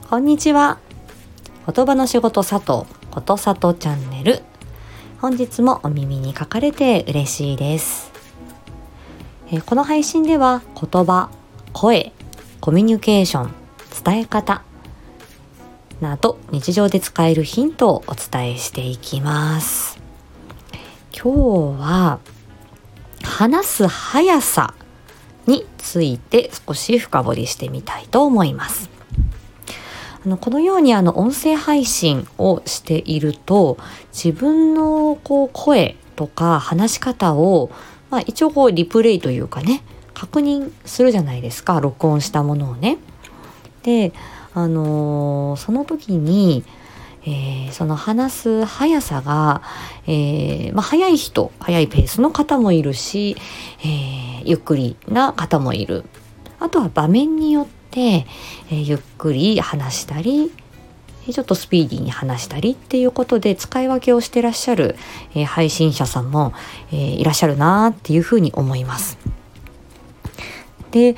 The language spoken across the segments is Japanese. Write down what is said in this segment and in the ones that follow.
こんにちは。言葉の仕事佐藤ことさとチャンネル。本日もお耳に書かれて嬉しいです。この配信では言葉、声、コミュニケーション、伝え方など日常で使えるヒントをお伝えしていきます。今日は話す速さについて少し深掘りしてみたいと思います。このように音声配信をしていると自分の声とか話し方を、一応リプレイというかね確認するじゃないですか、録音したものをね。で、その時に、その話す速さが、速い人、速いペースの方もいるし、ゆっくりな方もいる。あとは場面によって、ゆっくり話したりちょっとスピーディーに話したりっていうことで使い分けをしてらっしゃる、配信者さんも、いらっしゃるなっていうふうに思います。で、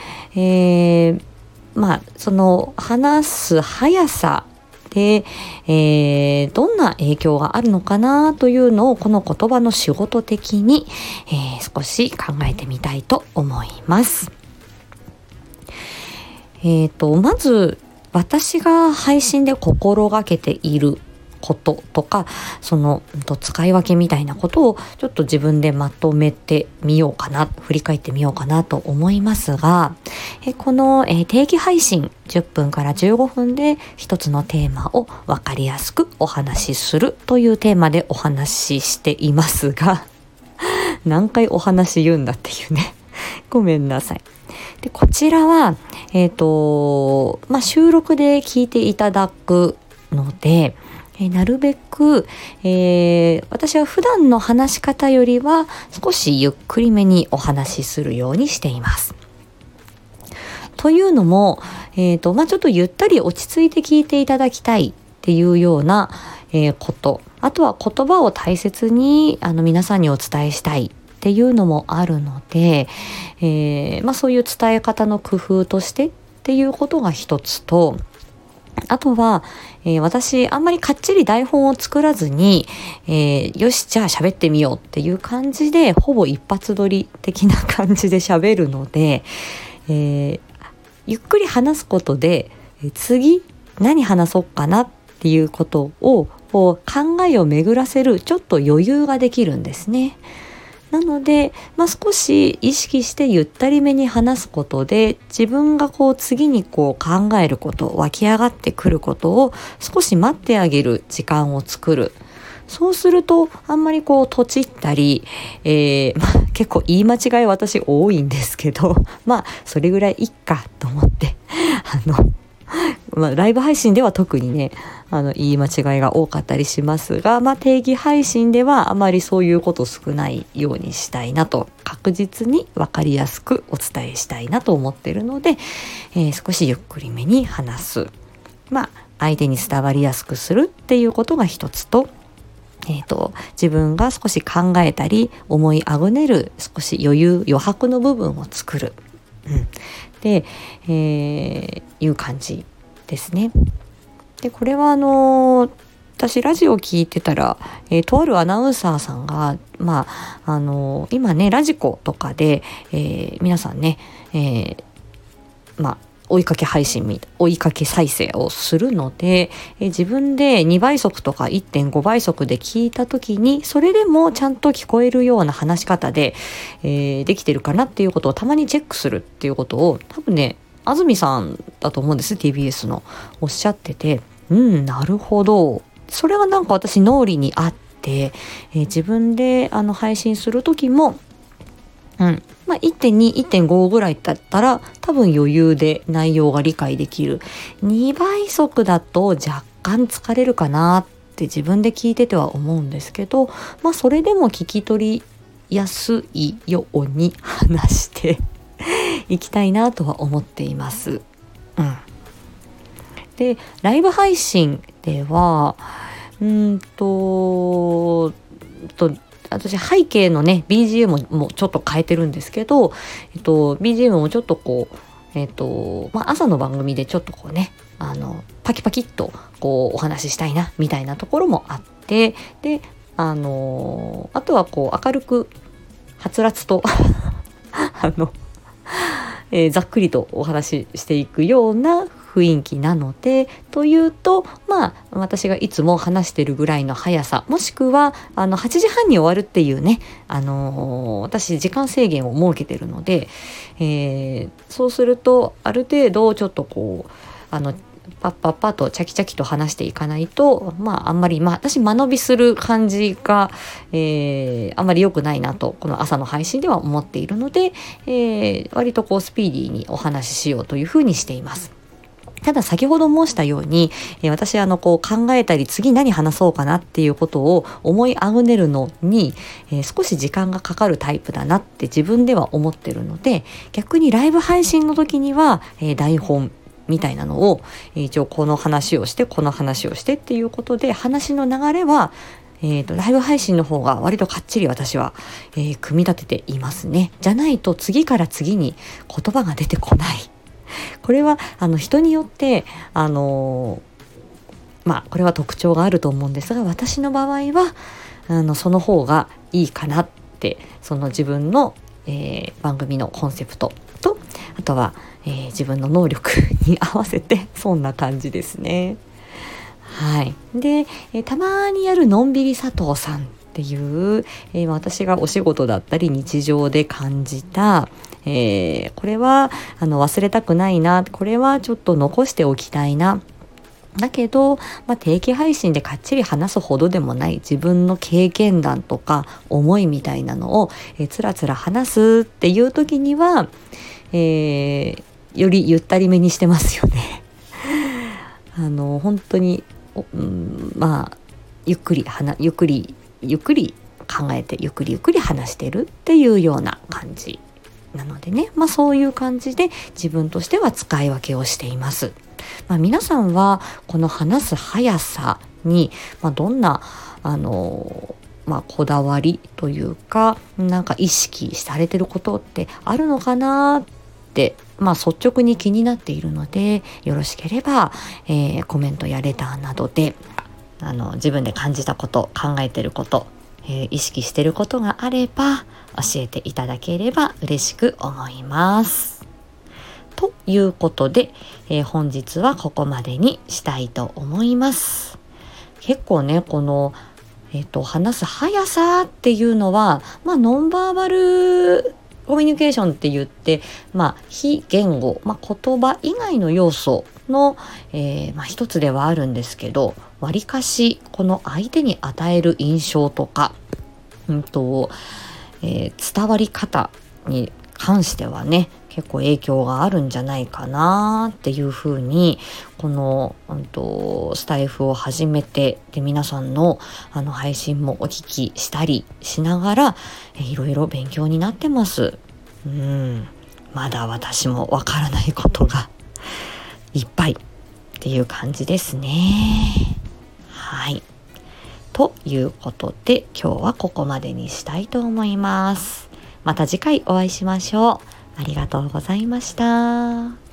その話す速さで、どんな影響があるのかなというのをこの言葉の仕事的に、少し考えてみたいと思います。まず私が配信で心がけていることとかその使い分けみたいなことをちょっと自分でまとめてみようかな、振り返ってみようかなと思いますが、この定期配信10分から15分で一つのテーマを分かりやすくお話しするというテーマでお話ししていますが何回お話言うんだっていうねごめんなさい。でこちらは、収録で聞いていただくので、なるべく、私は普段の話し方よりは少しゆっくりめにお話しするようにしています。というのも、ちょっとゆったり落ち着いて聞いていただきたいっていうような、こと、あとは言葉を大切に皆さんにお伝えしたいっていうのもあるので、そういう伝え方の工夫としてっていうことが一つと、あとは、私あんまりかっちり台本を作らずに、よしじゃあ喋ってみようっていう感じでほぼ一発撮り的な感じで喋るので、ゆっくり話すことで次何話そうかなっていうことを考えを巡らせるちょっと余裕ができるんですね。なので、少し意識してゆったりめに話すことで自分が次に考えること、湧き上がってくることを少し待ってあげる時間を作る。そうするとあんまりとちったり、結構言い間違い私多いんですけどそれぐらいいっかと思ってライブ配信では特にね言い間違いが多かったりしますが、定期配信ではあまりそういうこと少ないようにしたいなと、確実に分かりやすくお伝えしたいなと思っているので、少しゆっくりめに話す、相手に伝わりやすくするっていうことが一つと、自分が少し考えたり思いあぐねる少し余白の部分を作る、で、いう感じですね。でこれは私ラジオ聞いてたら、とあるアナウンサーさんが今ねラジコとかで、皆さんね、追いかけ再生をするので、自分で2倍速とか 1.5 倍速で聞いた時にそれでもちゃんと聞こえるような話し方で、できてるかなっていうことをたまにチェックするっていうことを多分ね安住さんだと思うんです、 TBS のおっしゃってて、なるほど、それがなんか私脳裏にあって、自分で配信する時も1.2、1.5 ぐらいだったら多分余裕で内容が理解できる。2倍速だと若干疲れるかなって自分で聞いてては思うんですけど、それでも聞き取りやすいように話していきたいなとは思っています。で、ライブ配信では私背景のね BGM もちょっと変えてるんですけど、BGM もちょっと朝の番組でちょっとパキパキっとこうお話ししたいなみたいなところもあって、であとはこう明るくはつらつとざっくりとお話ししていくような雰囲気なので、というと私がいつも話してるぐらいの速さ、もしくは8時半に終わるっていうね、私時間制限を設けてるので、そうするとある程度ちょっとこうパッパッパッとチャキチャキと話していかないと、あんまり私間延びする感じが、あんまり良くないなとこの朝の配信では思っているので、割とこうスピーディーにお話ししようというふうにしています。ただ先ほど申したように、私こう考えたり次何話そうかなっていうことを思いあぐねるのに、少し時間がかかるタイプだなって自分では思ってるので、逆にライブ配信の時には、台本みたいなのを一応この話をしてこの話をしてっていうことで、話の流れはライブ配信の方が割とかっちり私は、組み立てていますね。じゃないと次から次に言葉が出てこない。これは人によってこれは特徴があると思うんですが、私の場合はその方がいいかなって、その自分の、番組のコンセプトと、あとは、自分の能力に合わせてそんな感じですね。はい。で、たまにやるのんびり佐藤さんっていう、私がお仕事だったり日常で感じた、これは忘れたくないな、これはちょっと残しておきたいな、だけど、定期配信でかっちり話すほどでもない自分の経験談とか思いみたいなのを、つらつら話すっていう時には、よりゆったりめにしてますよね。本当にゆっくり考えてゆっくり話してるっていうような感じなのでね、そういう感じで自分としては使い分けをしています。皆さんはこの話す速さに、どんなこだわりというか、なんか意識されてることってあるのかなって、率直に気になっているので、よろしければ、コメントやレターなどで自分で感じたこと、考えてること、意識してることがあれば教えていただければ嬉しく思います。ということで、本日はここまでにしたいと思います。結構ね、この、話す速さっていうのは、ノンバーバルコミュニケーションって言って、非言語、言葉以外の要素の、一つではあるんですけど、わりかしこの相手に与える印象とか、伝わり方に関してはね、結構影響があるんじゃないかなっていうふうに、この、スタイフを始めて、で皆さんの配信もお聞きしたりしながら、いろいろ勉強になってます。まだ私もわからないことがいっぱいっていう感じですね。はい。ということで、今日はここまでにしたいと思います。また次回お会いしましょう。ありがとうございました。